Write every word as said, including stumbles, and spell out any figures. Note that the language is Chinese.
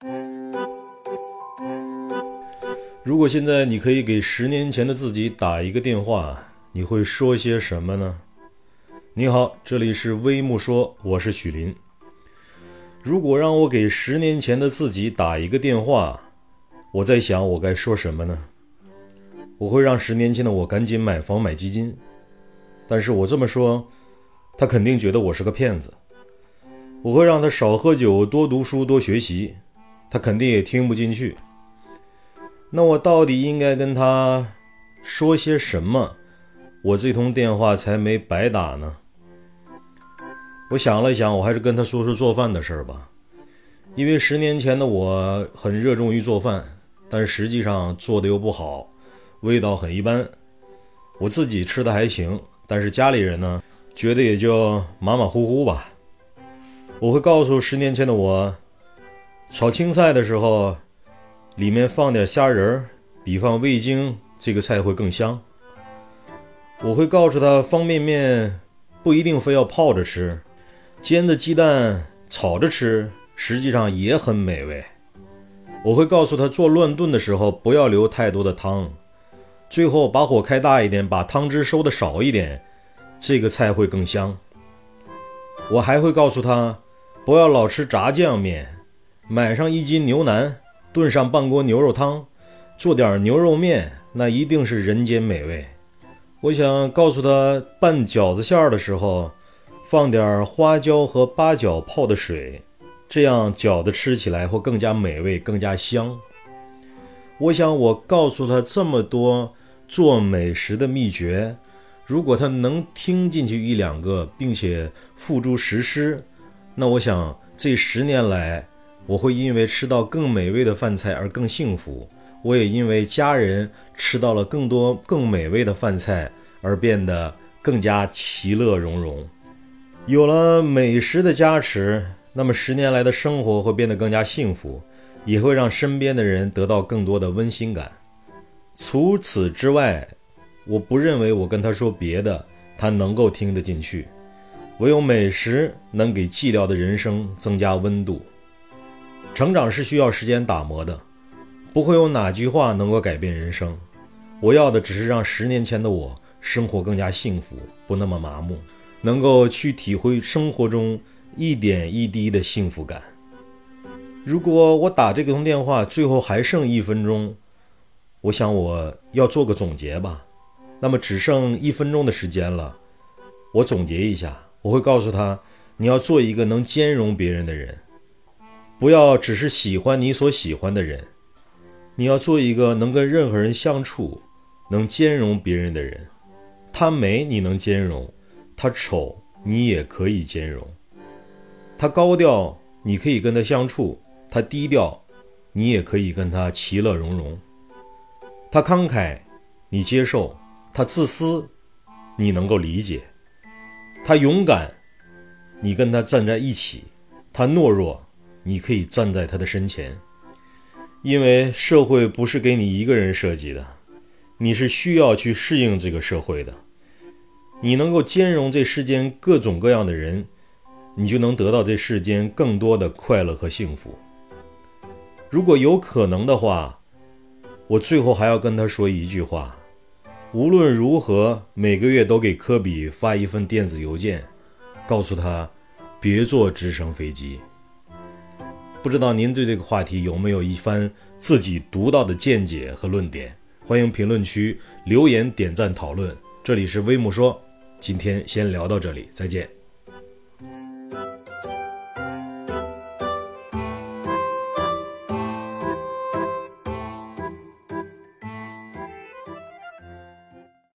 如果现在你可以给十年前的自己打一个电话，你会说些什么呢？你好，这里是微木说，我是许林。如果让我给十年前的自己打一个电话，我在想我该说什么呢？我会让十年前的我赶紧买房买基金，但是我这么说，他肯定觉得我是个骗子。我会让他少喝酒，多读书，多学习，他肯定也听不进去。那我到底应该跟他说些什么，我这通电话才没白打呢？我想了想，我还是跟他说说做饭的事儿吧。因为十年前的我很热衷于做饭，但实际上做的又不好，味道很一般。我自己吃的还行，但是家里人呢，觉得也就马马虎虎吧。我会告诉十年前的我，炒青菜的时候里面放点虾仁，比放味精这个菜会更香。我会告诉他，方便面不一定非要泡着吃，煎的鸡蛋炒着吃实际上也很美味。我会告诉他，做乱炖的时候不要留太多的汤，最后把火开大一点，把汤汁收的少一点，这个菜会更香。我还会告诉他，不要老吃炸酱面，买上一斤牛腩，炖上半锅牛肉汤，做点牛肉面，那一定是人间美味。我想告诉他，拌饺子馅的时候放点花椒和八角泡的水，这样饺子吃起来会更加美味，更加香。我想我告诉他这么多做美食的秘诀，如果他能听进去一两个，并且付诸实施，那我想这十年来我会因为吃到更美味的饭菜而更幸福，我也因为家人吃到了更多更美味的饭菜而变得更加其乐融融。有了美食的加持，那么十年来的生活会变得更加幸福，也会让身边的人得到更多的温馨感。除此之外，我不认为我跟他说别的他能够听得进去，唯有美食能给寂寥的人生增加温度。成长是需要时间打磨的，不会有哪句话能够改变人生。我要的只是让十年前的我生活更加幸福，不那么麻木，能够去体会生活中一点一滴的幸福感。如果我打这个通电话最后还剩一分钟，我想我要做个总结吧。那么只剩一分钟的时间了，我总结一下，我会告诉他，你要做一个能兼容别人的人，不要只是喜欢你所喜欢的人，你要做一个能跟任何人相处，能兼容别人的人。他美你能兼容，他丑你也可以兼容。他高调你可以跟他相处，他低调你也可以跟他其乐融融。他慷慨你接受，他自私你能够理解。他勇敢你跟他站在一起，他懦弱你可以站在他的身前。因为社会不是给你一个人设计的，你是需要去适应这个社会的。你能够兼容这世间各种各样的人，你就能得到这世间更多的快乐和幸福。如果有可能的话，我最后还要跟他说一句话，无论如何每个月都给科比发一份电子邮件，告诉他别坐直升飞机。不知道您对这个话题有没有一番自己独到的见解和论点，欢迎评论区留言点赞讨论。这里是微木说，今天先聊到这里，再见。